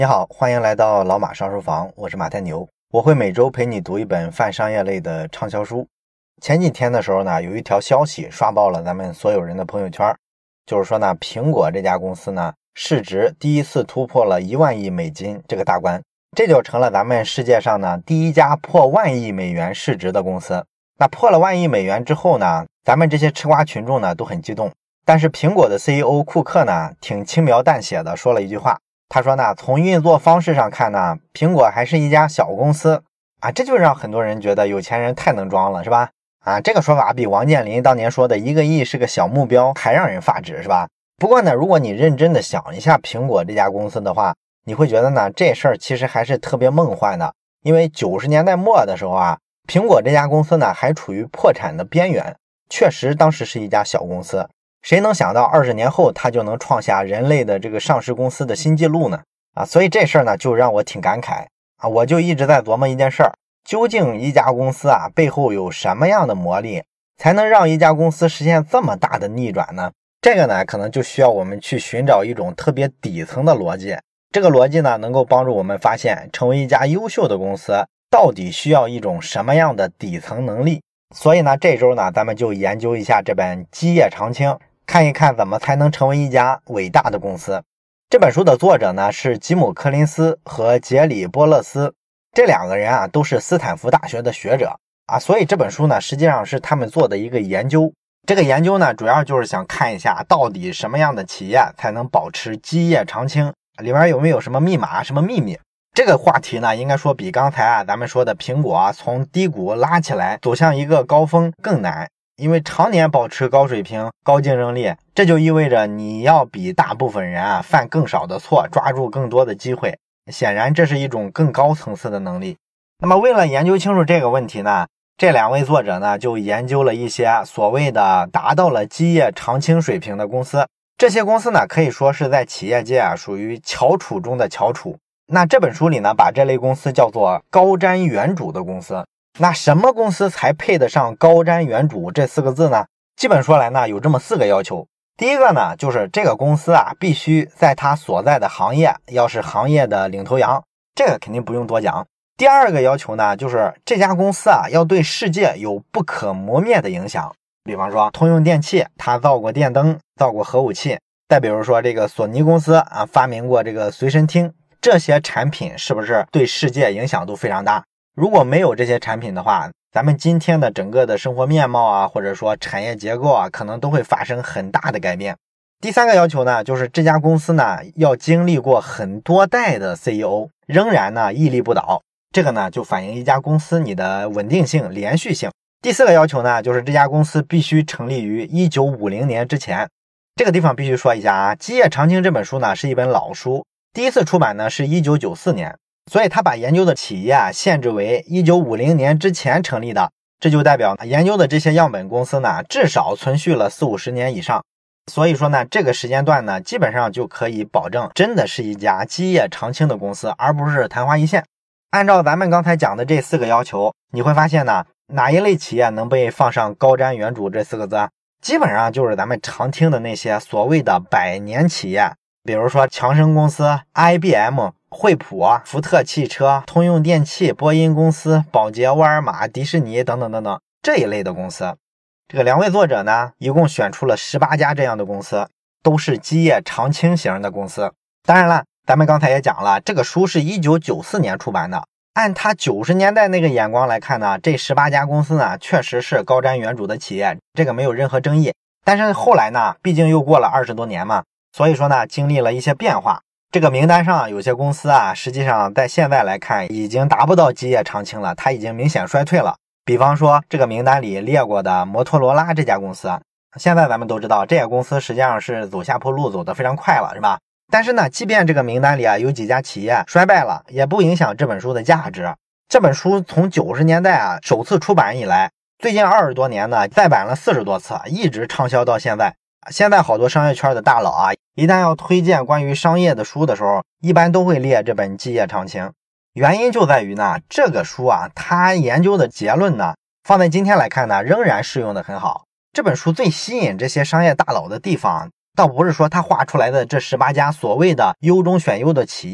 你好，欢迎来到老马上书房，我是马太牛，我会每周陪你读一本泛商业类的畅销书。前几天的时候呢，有一条消息刷爆了咱们所有人的朋友圈，就是说呢，苹果这家公司呢，市值第一次突破了1万亿美金这个大关，这就成了咱们世界上呢第一家破1万亿美元市值的公司。那破了1万亿美元之后呢，咱们这些吃瓜群众呢都很激动，但是苹果的 CEO 库克呢，挺轻描淡写的说了一句话。他说呢，从运作方式上看呢，苹果还是一家小公司啊，这就让很多人觉得有钱人太能装了，是吧？啊，这个说法比王健林当年说的1个亿是个小目标还让人发指，是吧？不过呢，如果你认真的想一下苹果这家公司的话，你会觉得呢，这事儿其实还是特别梦幻的，因为90年代末的时候啊，苹果这家公司呢还处于破产的边缘，确实当时是一家小公司。谁能想到20年后它就能创下人类的这个上市公司的新纪录呢？所以这事儿呢就让我挺感慨啊，我就一直在琢磨一件事儿，究竟一家公司啊背后有什么样的魔力，才能让一家公司实现这么大的逆转呢？这个呢可能就需要我们去寻找一种特别底层的逻辑，这个逻辑呢能够帮助我们发现成为一家优秀的公司到底需要一种什么样的底层能力。所以呢这周呢咱们就研究一下这本《基业长青》，看一看怎么才能成为一家伟大的公司。这本书的作者呢是吉姆·柯林斯和杰里·波勒斯，这2个人啊都是斯坦福大学的学者啊，所以这本书呢实际上是他们做的一个研究。这个研究呢主要就是想看一下到底什么样的企业才能保持基业长青，里面有没有什么密码、什么秘密。这个话题呢应该说比刚才咱们说的苹果从低谷拉起来走向一个高峰更难，因为常年保持高水平、高竞争力，这就意味着你要比大部分人犯更少的错，抓住更多的机会。显然这是一种更高层次的能力。那么为了研究清楚这个问题呢，这2位作者呢就研究了一些所谓的达到了基业长青水平的公司。这些公司呢可以说是在企业界属于翘楚中的翘楚。那这本书里呢把这类公司叫做高瞻远瞩的公司。那什么公司才配得上高瞻远瞩这4个字呢？基本说来呢有这么4个要求。第一个呢就是这个公司必须在它所在的行业要是行业的领头羊，这个肯定不用多讲。第二个要求呢就是这家公司要对世界有不可磨灭的影响。比方说通用电气，它造过电灯，造过核武器。再比如说这个索尼公司发明过这个随身听，这些产品是不是对世界影响都非常大？如果没有这些产品的话，咱们今天的整个的生活面貌或者说产业结构可能都会发生很大的改变。第3个要求呢，就是这家公司呢要经历过很多代的 CEO， 仍然呢屹立不倒。这个呢就反映一家公司你的稳定性、连续性。第4个要求呢，就是这家公司必须成立于1950年之前。这个地方必须说一下《基业长青》这本书呢是一本老书，第一次出版呢是1994年。所以他把研究的企业限制为1950年之前成立的，这就代表研究的这些样本公司呢至少存续了40-50年以上。所以说呢这个时间段呢基本上就可以保证真的是一家基业长青的公司，而不是昙花一现。按照咱们刚才讲的这4个要求，你会发现呢哪一类企业能被放上高瞻远瞩这4个字？基本上就是咱们常听的那些所谓的100年企业，比如说强生公司、IBM、惠普、福特汽车、通用电气、波音公司、宝洁、沃尔玛、迪士尼等等等等这一类的公司。这个2位作者呢一共选出了18家这样的公司，都是基业长青型的公司。当然了，咱们刚才也讲了，这个书是1994年出版的，按他90年代那个眼光来看呢，这18家公司呢确实是高瞻远瞩的企业，这个没有任何争议。但是后来呢毕竟又过了20多年嘛，所以说呢经历了一些变化。这个名单上有些公司实际上在现在来看已经达不到基业长青了，它已经明显衰退了。比方说这个名单里列过的摩托罗拉这家公司，现在咱们都知道这家公司实际上是走下坡路走得非常快了，是吧？但是呢即便这个名单里有几家企业衰败了，也不影响这本书的价值。这本书从90年代首次出版以来，最近20多年呢再版了40多次，一直畅销到现在。现在好多商业圈的大佬一旦要推荐关于商业的书的时候，一般都会列这本《基业长青》。原因就在于呢，这个书它研究的结论呢，放在今天来看呢，仍然适用的很好。这本书最吸引这些商业大佬的地方，倒不是说他画出来的这18家所谓的优中选优的企业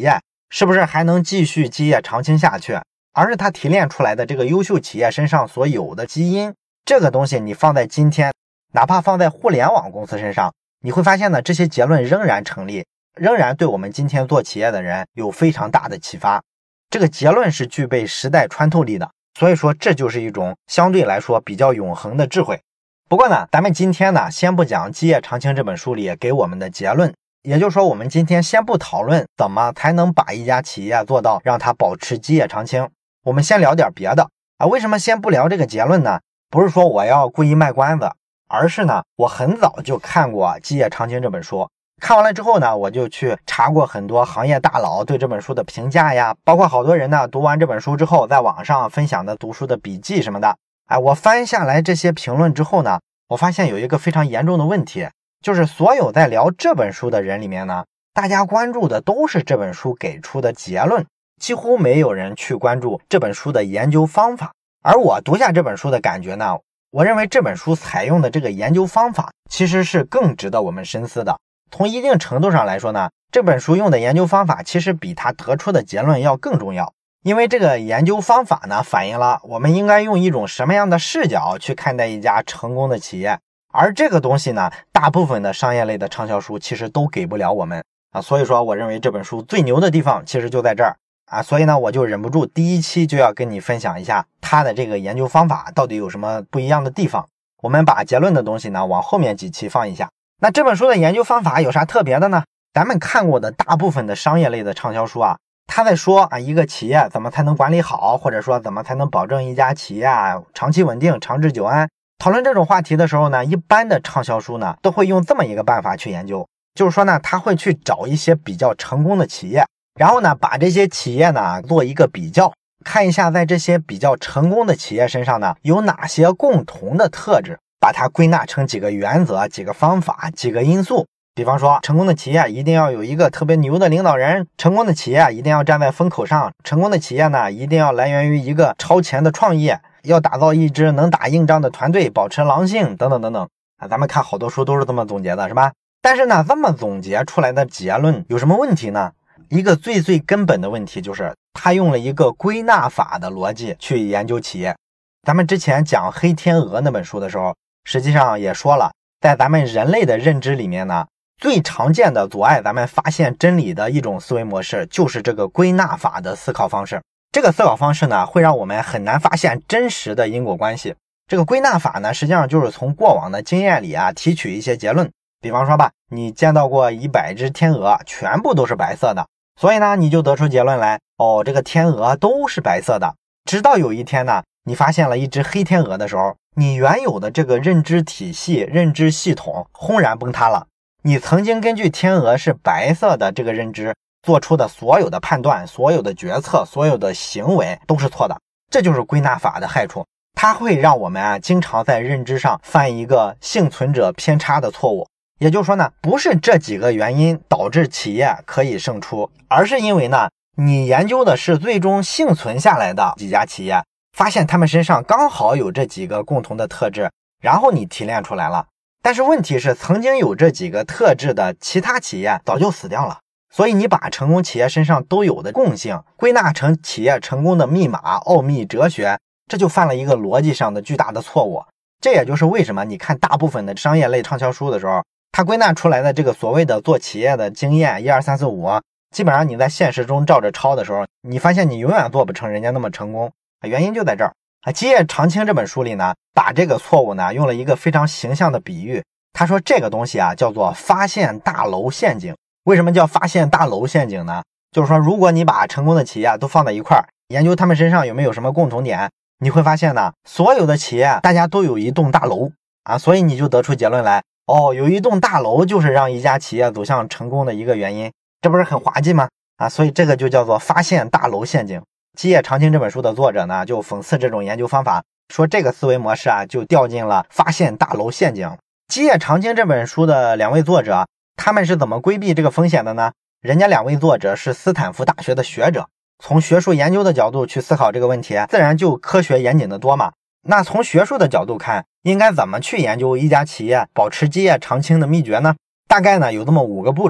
是不是还能继续基业长青下去，而是它提炼出来的这个优秀企业身上所有的基因。这个东西你放在今天，哪怕放在互联网公司身上，你会发现呢，这些结论仍然成立，仍然对我们今天做企业的人有非常大的启发。这个结论是具备时代穿透力的，所以说这就是一种相对来说比较永恒的智慧。不过呢，咱们今天呢，先不讲《基业长青》这本书里给我们的结论，也就是说我们今天先不讨论怎么才能把一家企业做到让它保持基业长青，我们先聊点别的啊。为什么先不聊这个结论呢？不是说我要故意卖关子，而是呢，我很早就看过《基业长青》这本书，看完了之后呢，我就去查过很多行业大佬对这本书的评价呀，包括好多人呢读完这本书之后在网上分享的读书的笔记什么的。我翻下来这些评论之后呢，我发现有一个非常严重的问题，就是所有在聊这本书的人里面呢，大家关注的都是这本书给出的结论，几乎没有人去关注这本书的研究方法。而我读下这本书的感觉呢，我认为这本书采用的这个研究方法其实是更值得我们深思的。从一定程度上来说呢，这本书用的研究方法其实比它得出的结论要更重要，因为这个研究方法呢，反映了我们应该用一种什么样的视角去看待一家成功的企业，而这个东西呢，大部分的商业类的畅销书其实都给不了我们所以说我认为这本书最牛的地方其实就在这儿所以呢，我就忍不住第一期就要跟你分享一下它的这个研究方法到底有什么不一样的地方。我们把结论的东西呢往后面几期放一下。那这本书的研究方法有啥特别的呢？咱们看过的大部分的商业类的畅销书他在说一个企业怎么才能管理好，或者说怎么才能保证一家企业长期稳定、长治久安。讨论这种话题的时候呢，一般的畅销书呢都会用这么一个办法去研究，就是说呢，他会去找一些比较成功的企业，然后呢把这些企业呢做一个比较，看一下在这些比较成功的企业身上呢有哪些共同的特质，把它归纳成几个原则、几个方法、几个因素。比方说，成功的企业一定要有一个特别牛的领导人，成功的企业一定要站在风口上，成功的企业呢一定要来源于一个超前的创业，要打造一支能打硬仗的团队，保持狼性等等等等咱们看好多书都是这么总结的，是吧？但是呢，这么总结出来的结论有什么问题呢？一个最根本的问题就是他用了一个归纳法的逻辑去研究企业。咱们之前讲黑天鹅那本书的时候，实际上也说了，在咱们人类的认知里面呢，最常见的阻碍咱们发现真理的一种思维模式就是这个归纳法的思考方式。这个思考方式呢，会让我们很难发现真实的因果关系。这个归纳法呢，实际上就是从过往的经验里提取一些结论。比方说吧，你见到过100只天鹅，全部都是白色的，所以呢，你就得出结论来，这个天鹅都是白色的。直到有一天呢，你发现了一只黑天鹅的时候，你原有的这个认知体系、认知系统轰然崩塌了。你曾经根据天鹅是白色的这个认知做出的所有的判断、所有的决策、所有的行为都是错的。这就是归纳法的害处，它会让我们经常在认知上犯一个幸存者偏差的错误。也就是说呢，不是这几个原因导致企业可以胜出，而是因为呢，你研究的是最终幸存下来的几家企业，发现他们身上刚好有这几个共同的特质，然后你提炼出来了。但是问题是，曾经有这几个特质的其他企业早就死掉了，所以你把成功企业身上都有的共性归纳成企业成功的密码、奥秘、哲学，这就犯了一个逻辑上的巨大的错误。这也就是为什么你看大部分的商业类畅销书的时候，它归纳出来的这个所谓的做企业的经验1、2、3、4、5，基本上你在现实中照着抄的时候，你发现你永远做不成人家那么成功原因就在这儿基业长青这本书里呢，把这个错误呢用了一个非常形象的比喻。他说这个东西叫做发现大楼陷阱。为什么叫发现大楼陷阱呢？就是说，如果你把成功的企业都放在一块儿，研究他们身上有没有什么共同点，你会发现呢，所有的企业大家都有一栋大楼所以你就得出结论来，有一栋大楼就是让一家企业走向成功的一个原因，这不是很滑稽吗？所以这个就叫做发现大楼陷阱。基业长青这本书的作者呢，就讽刺这种研究方法，说这个思维模式就掉进了发现大楼陷阱。基业长青这本书的2位作者，他们是怎么规避这个风险的呢？人家2位作者是斯坦福大学的学者，从学术研究的角度去思考这个问题，自然就科学严谨的多嘛。那从学术的角度看，应该怎么去研究一家企业保持基业长青的秘诀呢？大概呢有这么5个步骤。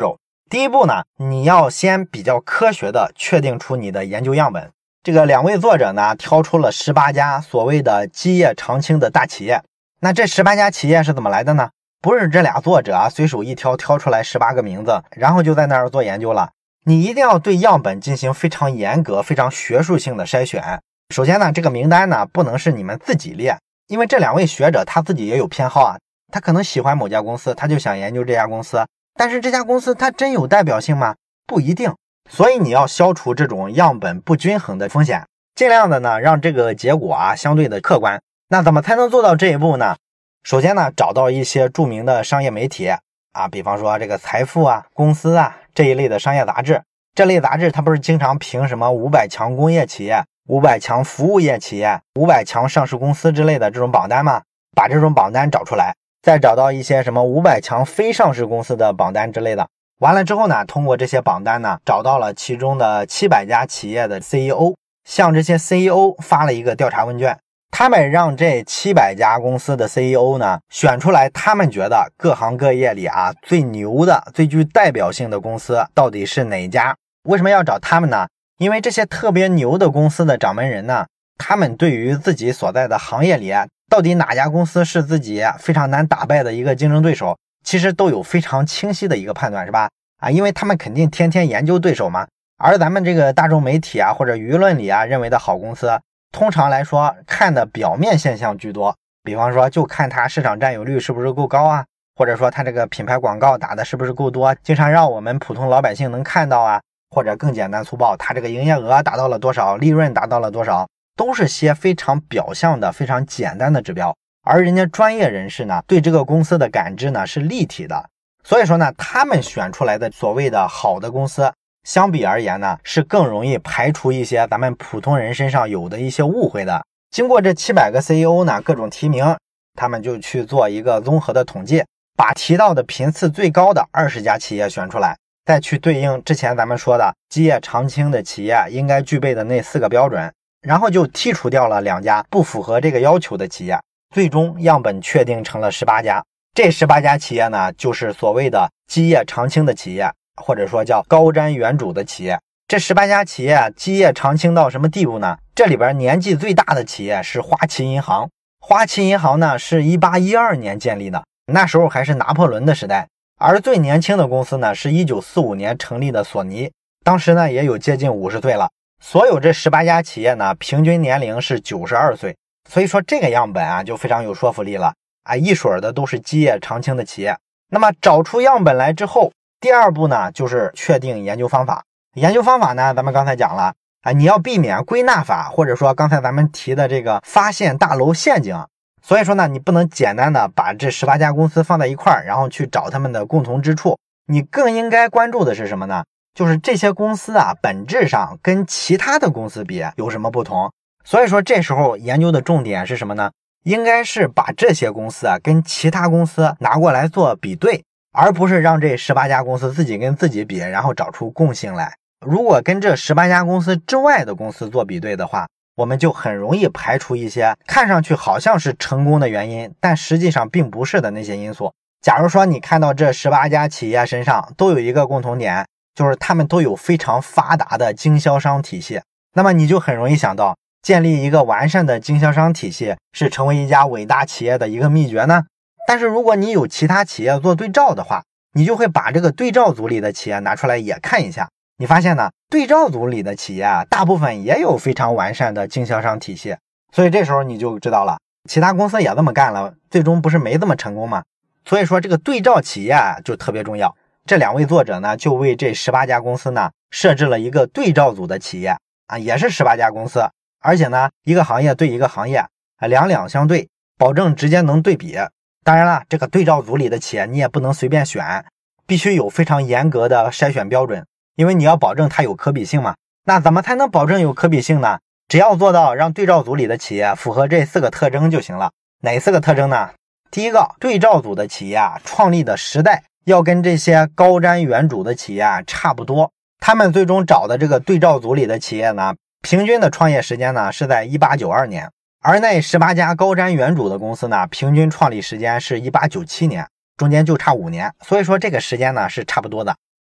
第一步呢，你要先比较科学的确定出你的研究样本。这个2位作者呢，挑出了18家所谓的基业长青的大企业。那这18家企业是怎么来的呢？不是这俩作者随手一挑出来18个名字，然后就在那儿做研究了。你一定要对样本进行非常严格、非常学术性的筛选。首先呢，这个名单呢不能是你们自己列，因为这2位学者他自己也有偏好啊，他可能喜欢某家公司，他就想研究这家公司，但是这家公司它真有代表性吗？不一定。所以你要消除这种样本不均衡的风险，尽量的呢让这个结果相对的客观。那怎么才能做到这一步呢？首先呢，找到一些著名的商业媒体比方说这个财富公司这一类的商业杂志。这类杂志它不是经常评什么500强工业企业、500强服务业企业、500强上市公司之类的这种榜单吗？把这种榜单找出来，再找到一些什么500强非上市公司的榜单之类的。完了之后呢，通过这些榜单呢，找到了其中的700家企业的 CEO， 向这些 CEO 发了一个调查问卷。他们让这700家公司的 CEO 呢，选出来他们觉得各行各业里最牛的、最具代表性的公司到底是哪家。为什么要找他们呢？因为这些特别牛的公司的掌门人呢，他们对于自己所在的行业里到底哪家公司是自己非常难打败的一个竞争对手，其实都有非常清晰的一个判断，是吧？因为他们肯定天天研究对手嘛。而咱们这个大众媒体或者舆论里认为的好公司，通常来说看的表面现象居多，比方说就看它市场占有率是不是够高或者说它这个品牌广告打的是不是够多，经常让我们普通老百姓能看到或者更简单粗暴，它这个营业额达到了多少，利润达到了多少，都是些非常表象的、非常简单的指标。而人家专业人士呢，对这个公司的感知呢是立体的，所以说呢，他们选出来的所谓的好的公司，相比而言呢，是更容易排除一些咱们普通人身上有的一些误会的。经过这700个 CEO 呢，各种提名，他们就去做一个综合的统计，把提到的频次最高的20家企业选出来，再去对应之前咱们说的基业长青的企业应该具备的那4个标准，然后就剔除掉了2家不符合这个要求的企业，最终样本确定成了18家。这18家企业呢，就是所谓的基业长青的企业，或者说叫高瞻远瞩的企业。这18家企业基业长青到什么地步呢？这里边年纪最大的企业是花旗银行。花旗银行呢是1812年建立的，那时候还是拿破仑的时代。而最年轻的公司呢是1945年成立的索尼，当时呢也有接近50岁了。所有这18家企业呢，平均年龄是92岁。所以说这个样本就非常有说服力了一水的都是基业长青的企业。那么找出样本来之后，第二步呢就是确定研究方法。研究方法呢，咱们刚才讲了你要避免归纳法，或者说刚才咱们提的这个发现大楼陷阱。所以说呢，你不能简单的把这18家公司放在一块儿，然后去找他们的共同之处。你更应该关注的是什么呢？就是这些公司本质上跟其他的公司比有什么不同。所以说这时候研究的重点是什么呢？应该是把这些公司跟其他公司拿过来做比对，而不是让这18家公司自己跟自己比，然后找出共性来。如果跟这18家公司之外的公司做比对的话，我们就很容易排除一些看上去好像是成功的原因，但实际上并不是的那些因素。假如说你看到这18家企业身上都有一个共同点，就是他们都有非常发达的经销商体系，那么你就很容易想到，建立一个完善的经销商体系是成为一家伟大企业的一个秘诀呢。但是如果你有其他企业做对照的话，你就会把这个对照组里的企业拿出来也看一下。你发现呢，对照组里的企业大部分也有非常完善的经销商体系。所以这时候你就知道了，其他公司也这么干了，最终不是没这么成功吗？所以说这个对照企业就特别重要。这2位作者呢，就为这18家公司呢设置了一个对照组的企业也是18家公司，而且呢一个行业对一个行业两两相对，保证直接能对比。当然了，这个对照组里的企业你也不能随便选，必须有非常严格的筛选标准，因为你要保证它有可比性嘛。那怎么才能保证有可比性呢？只要做到让对照组里的企业符合这4个特征就行了。哪4个特征呢？第一个，对照组的企业创立的时代要跟这些高瞻远瞩的企业差不多。他们最终找的这个对照组里的企业呢，平均的创业时间呢是在1892年，而那18家高瞻远瞩的公司呢，平均创立时间是1897年，中间就差5年。所以说这个时间呢是差不多的。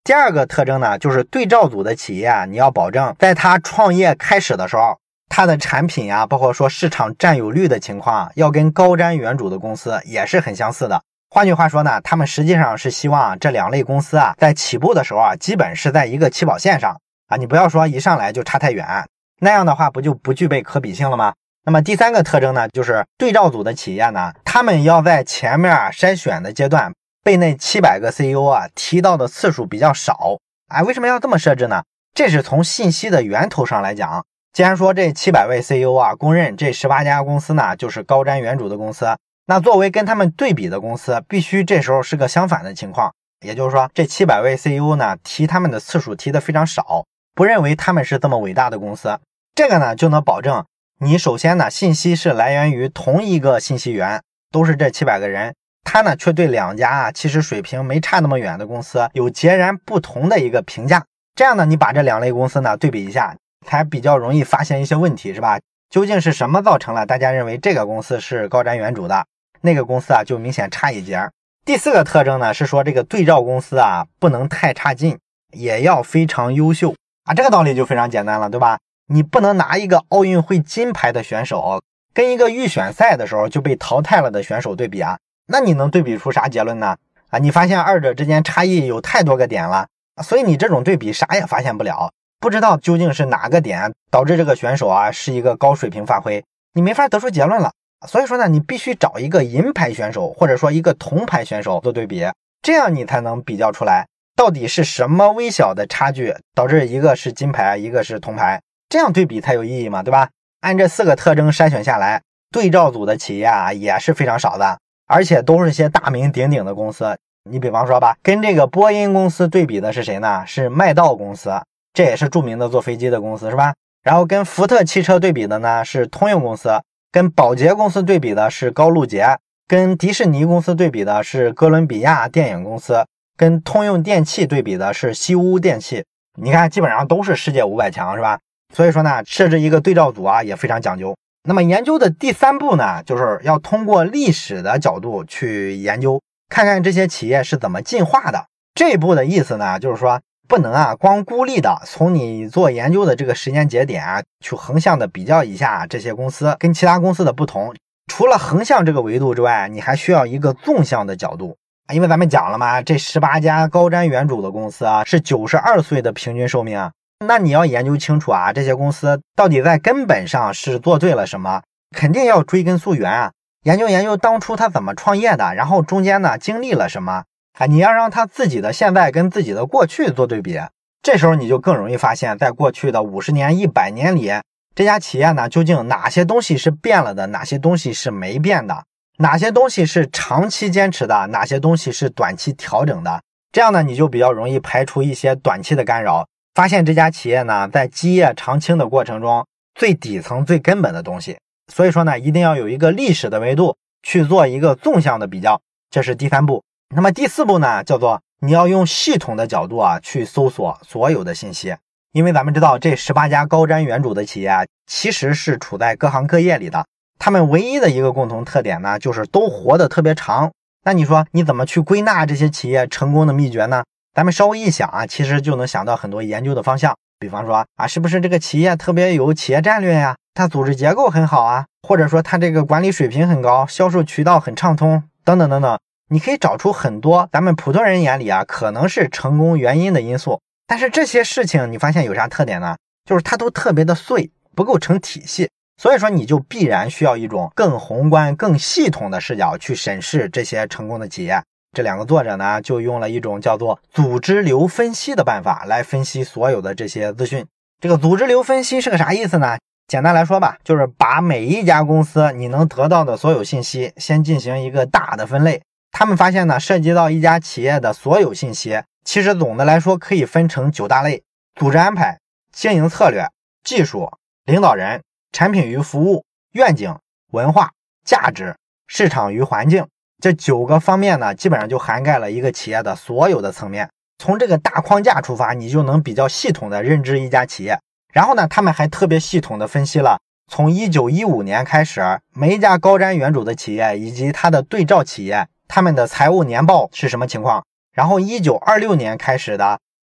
第二个特征呢，就是对照组的企业啊，你要保证在他创业开始的时候，它的产品啊，包括说市场占有率的情况，要跟高瞻远瞩的公司也是很相似的。换句话说呢，他们实际上是希望这两类公司啊，在起步的时候啊，基本是在一个起跑线上啊，你不要说一上来就差太远，那样的话不就不具备可比性了吗？那么第三个特征呢，就是对照组的企业呢，他们要在前面筛选的阶段被那700个 CEO 啊提到的次数比较少。为什么要这么设置呢？这是从信息的源头上来讲。既然说这700位 CEO 啊公认这18家公司呢就是高瞻远瞩的公司，那作为跟他们对比的公司，必须这时候是个相反的情况。也就是说，这700位 CEO 呢提他们的次数提的非常少，不认为他们是这么伟大的公司。这个呢就能保证你首先呢信息是来源于同一个信息源，都是这700个人，他呢却对两家啊其实水平没差那么远的公司有截然不同的一个评价。这样呢你把这两类公司呢对比一下，才比较容易发现一些问题，是吧？究竟是什么造成了大家认为这个公司是高瞻远瞩的，那个公司啊就明显差一截。第四个特征呢是说这个对照公司啊不能太差劲，也要非常优秀啊。这个道理就非常简单了，对吧？你不能拿一个奥运会金牌的选手跟一个预选赛的时候就被淘汰了的选手对比啊，那你能对比出啥结论呢？你发现二者之间差异有太多个点了，所以你这种对比啥也发现不了，不知道究竟是哪个点导致这个选手啊是一个高水平发挥，你没法得出结论了。所以说呢，你必须找一个银牌选手或者说一个铜牌选手做对比，这样你才能比较出来到底是什么微小的差距导致一个是金牌一个是铜牌，这样对比才有意义嘛，对吧？按这4个特征筛选下来，对照组的企业啊也是非常少的，而且都是些大名鼎鼎的公司。你比方说吧，跟这个波音公司对比的是谁呢？是麦道公司，这也是著名的做飞机的公司，是吧？然后跟福特汽车对比的呢是通用公司，跟宝洁公司对比的是高露洁，跟迪士尼公司对比的是哥伦比亚电影公司，跟通用电气对比的是西屋电器。你看基本上都是世界500强，是吧？所以说呢，设置一个对照组啊也非常讲究。那么研究的第3步呢，就是要通过历史的角度去研究，看看这些企业是怎么进化的。这一步的意思呢，就是说不能光孤立的从你做研究的这个时间节点去横向的比较一下这些公司跟其他公司的不同。除了横向这个维度之外，你还需要一个纵向的角度。因为咱们讲了嘛，这18家高瞻远瞩的公司是92岁的平均寿命。那你要研究清楚这些公司到底在根本上是做对了什么，肯定要追根溯源研究研究当初他怎么创业的，然后中间呢经历了什么你要让他自己的现在跟自己的过去做对比，这时候你就更容易发现，在过去的50年、100年里，这家企业呢究竟哪些东西是变了的，哪些东西是没变的，哪些东西是长期坚持的，哪些东西是短期调整的。这样呢你就比较容易排除一些短期的干扰，发现这家企业呢在基业长青的过程中最底层最根本的东西。所以说呢，一定要有一个历史的维度去做一个纵向的比较，这是第3步。那么第4步呢，叫做你要用系统的角度去搜索所有的信息。因为咱们知道这18家高瞻远瞩的企业其实是处在各行各业里的，他们唯一的一个共同特点呢，就是都活得特别长。那你说你怎么去归纳这些企业成功的秘诀呢？咱们稍微一想其实就能想到很多研究的方向。比方说是不是这个企业特别有企业战略呀，它组织结构很好或者说它这个管理水平很高，销售渠道很畅通，等等等等。你可以找出很多咱们普通人眼里可能是成功原因的因素，但是这些事情你发现有啥特点呢？就是它都特别的碎，不构成体系。所以说你就必然需要一种更宏观更系统的视角去审视这些成功的企业。这2个作者呢就用了一种叫做组织流分析的办法来分析所有的这些资讯。这个组织流分析是个啥意思呢？简单来说吧，就是把每一家公司你能得到的所有信息先进行一个大的分类。他们发现呢，涉及到一家企业的所有信息其实总的来说可以分成9大类：组织安排、经营策略、技术、领导人、产品与服务、愿景、文化、价值、市场与环境。这9个方面呢，基本上就涵盖了一个企业的所有的层面。从这个大框架出发，你就能比较系统的认知一家企业。然后呢，他们还特别系统的分析了从1915年开始每一家高瞻远瞩的企业以及它的对照企业他们的财务年报是什么情况，然后1926年开始的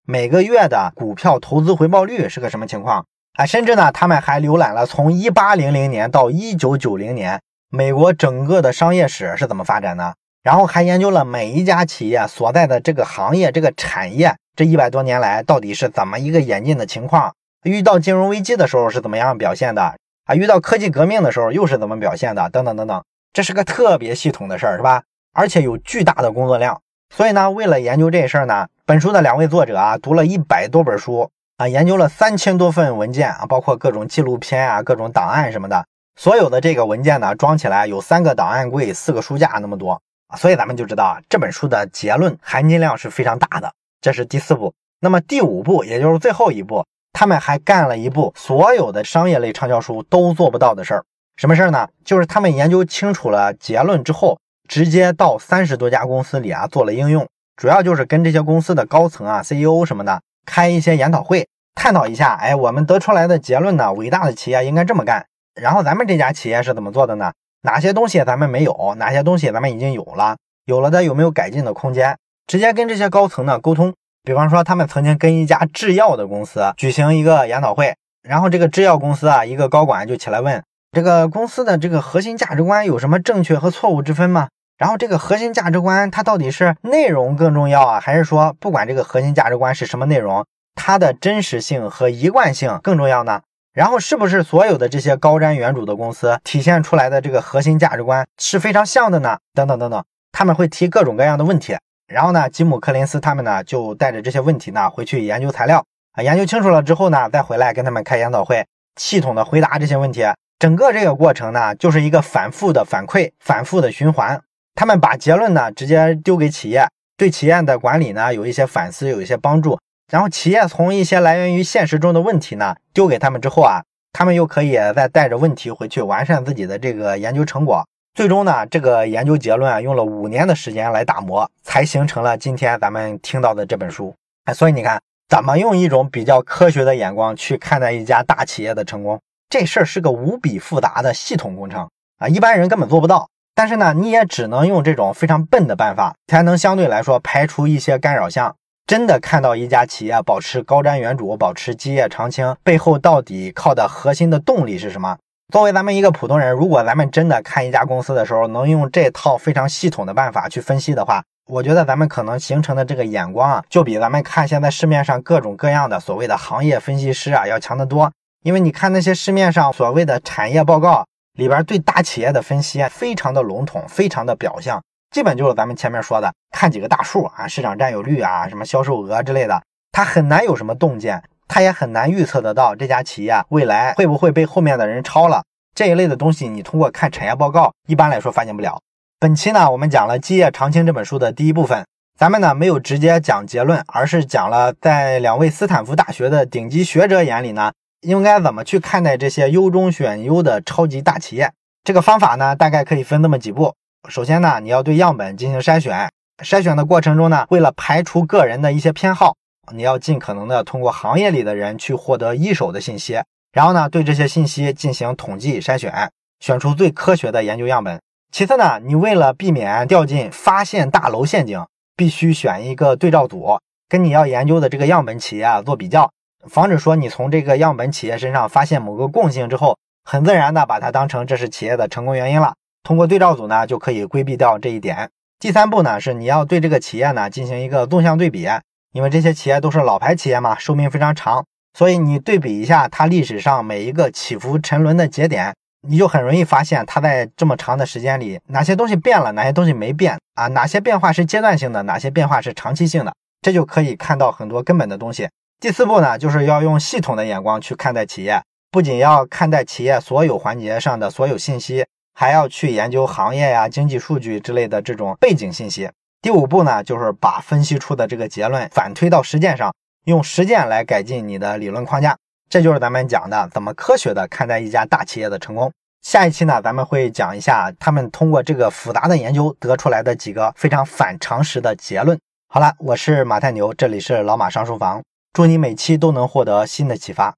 每个月的股票投资回报率是个什么情况啊？甚至呢，他们还浏览了从1800年到1990年美国整个的商业史是怎么发展的，然后还研究了每一家企业所在的这个行业、这个产业这100多年来到底是怎么一个演进的情况，遇到金融危机的时候是怎么样表现的啊？遇到科技革命的时候又是怎么表现的，等等等等。这是个特别系统的事儿，是吧？而且有巨大的工作量。所以呢，为了研究这事儿呢，本书的2位作者啊，读了100多本书啊，研究了3000多份文件啊，包括各种纪录片啊、各种档案什么的。所有的这个文件呢，装起来有3个档案柜、4个书架那么多啊，所以咱们就知道这本书的结论含金量是非常大的。这是第4步。那么第5步，也就是最后一步，他们还干了一部所有的商业类畅销书都做不到的事儿。什么事儿呢？就是他们研究清楚了结论之后，直接到30多家公司里啊做了应用，主要就是跟这些公司的高层啊、CEO 什么的开一些研讨会，探讨一下，我们得出来的结论呢，伟大的企业应该这么干，然后咱们这家企业是怎么做的呢？哪些东西咱们没有，哪些东西咱们已经有了，有了的有没有改进的空间？直接跟这些高层呢沟通。比方说，他们曾经跟一家制药的公司举行一个研讨会，然后这个制药公司啊，一个高管就起来问，这个公司的这个核心价值观有什么正确和错误之分吗？然后这个核心价值观它到底是内容更重要啊，还是说不管这个核心价值观是什么内容，它的真实性和一贯性更重要呢？然后是不是所有的这些高瞻远瞩的公司体现出来的这个核心价值观是非常像的呢？等等等等，他们会提各种各样的问题。然后呢，吉姆·柯林斯他们呢就带着这些问题呢回去研究材料啊，研究清楚了之后呢，再回来跟他们开研讨会，系统的回答这些问题。整个这个过程呢，就是一个反复的反馈、反复的循环。他们把结论呢直接丢给企业，对企业的管理呢有一些反思，有一些帮助。然后企业从一些来源于现实中的问题呢丢给他们之后啊，他们又可以再带着问题回去完善自己的这个研究成果。最终呢，这个研究结论啊用了5年的时间来打磨，才形成了今天咱们听到的这本书。所以你看，怎么用一种比较科学的眼光去看待一家大企业的成功，这事儿是个无比复杂的系统工程啊，一般人根本做不到。但是呢，你也只能用这种非常笨的办法，才能相对来说排除一些干扰项，真的看到一家企业保持高瞻远瞩，保持基业长青，背后到底靠的核心的动力是什么。作为咱们一个普通人，如果咱们真的看一家公司的时候，能用这套非常系统的办法去分析的话，我觉得咱们可能形成的这个眼光啊，就比咱们看现在市面上各种各样的所谓的行业分析师啊要强得多。因为你看那些市面上所谓的产业报告里边对大企业的分析非常的笼统，非常的表象，基本就是咱们前面说的看几个大数啊，市场占有率啊，什么销售额之类的，它很难有什么洞见，它也很难预测得到这家企业未来会不会被后面的人抄了。这一类的东西你通过看产业报告一般来说发现不了。本期呢，我们讲了《基业长青》这本书的第1部分，咱们呢没有直接讲结论，而是讲了在2位斯坦福大学的顶级学者眼里呢，应该怎么去看待这些优中选优的超级大企业。这个方法呢，大概可以分这么几步。首先呢，你要对样本进行筛选，筛选的过程中呢，为了排除个人的一些偏好，你要尽可能的通过行业里的人去获得一手的信息，然后呢，对这些信息进行统计筛选，选出最科学的研究样本。其次呢，你为了避免掉进发现大楼陷阱，必须选一个对照组，跟你要研究的这个样本企业做比较，防止说你从这个样本企业身上发现某个共性之后，很自然的把它当成这是企业的成功原因了。通过对照组呢，就可以规避掉这一点。第3步呢，是你要对这个企业呢进行一个纵向对比，因为这些企业都是老牌企业嘛，寿命非常长，所以你对比一下它历史上每一个起伏沉沦的节点，你就很容易发现它在这么长的时间里哪些东西变了，哪些东西没变啊，哪些变化是阶段性的，哪些变化是长期性的，这就可以看到很多根本的东西。第4步呢，就是要用系统的眼光去看待企业，不仅要看待企业所有环节上的所有信息，还要去研究行业呀、经济数据之类的这种背景信息。第5步呢，就是把分析出的这个结论反推到实践上，用实践来改进你的理论框架。这就是咱们讲的怎么科学的看待一家大企业的成功。下一期呢，咱们会讲一下他们通过这个复杂的研究得出来的几个非常反常识的结论。好了，我是马太牛，这里是老马上书房，祝你每期都能获得新的启发。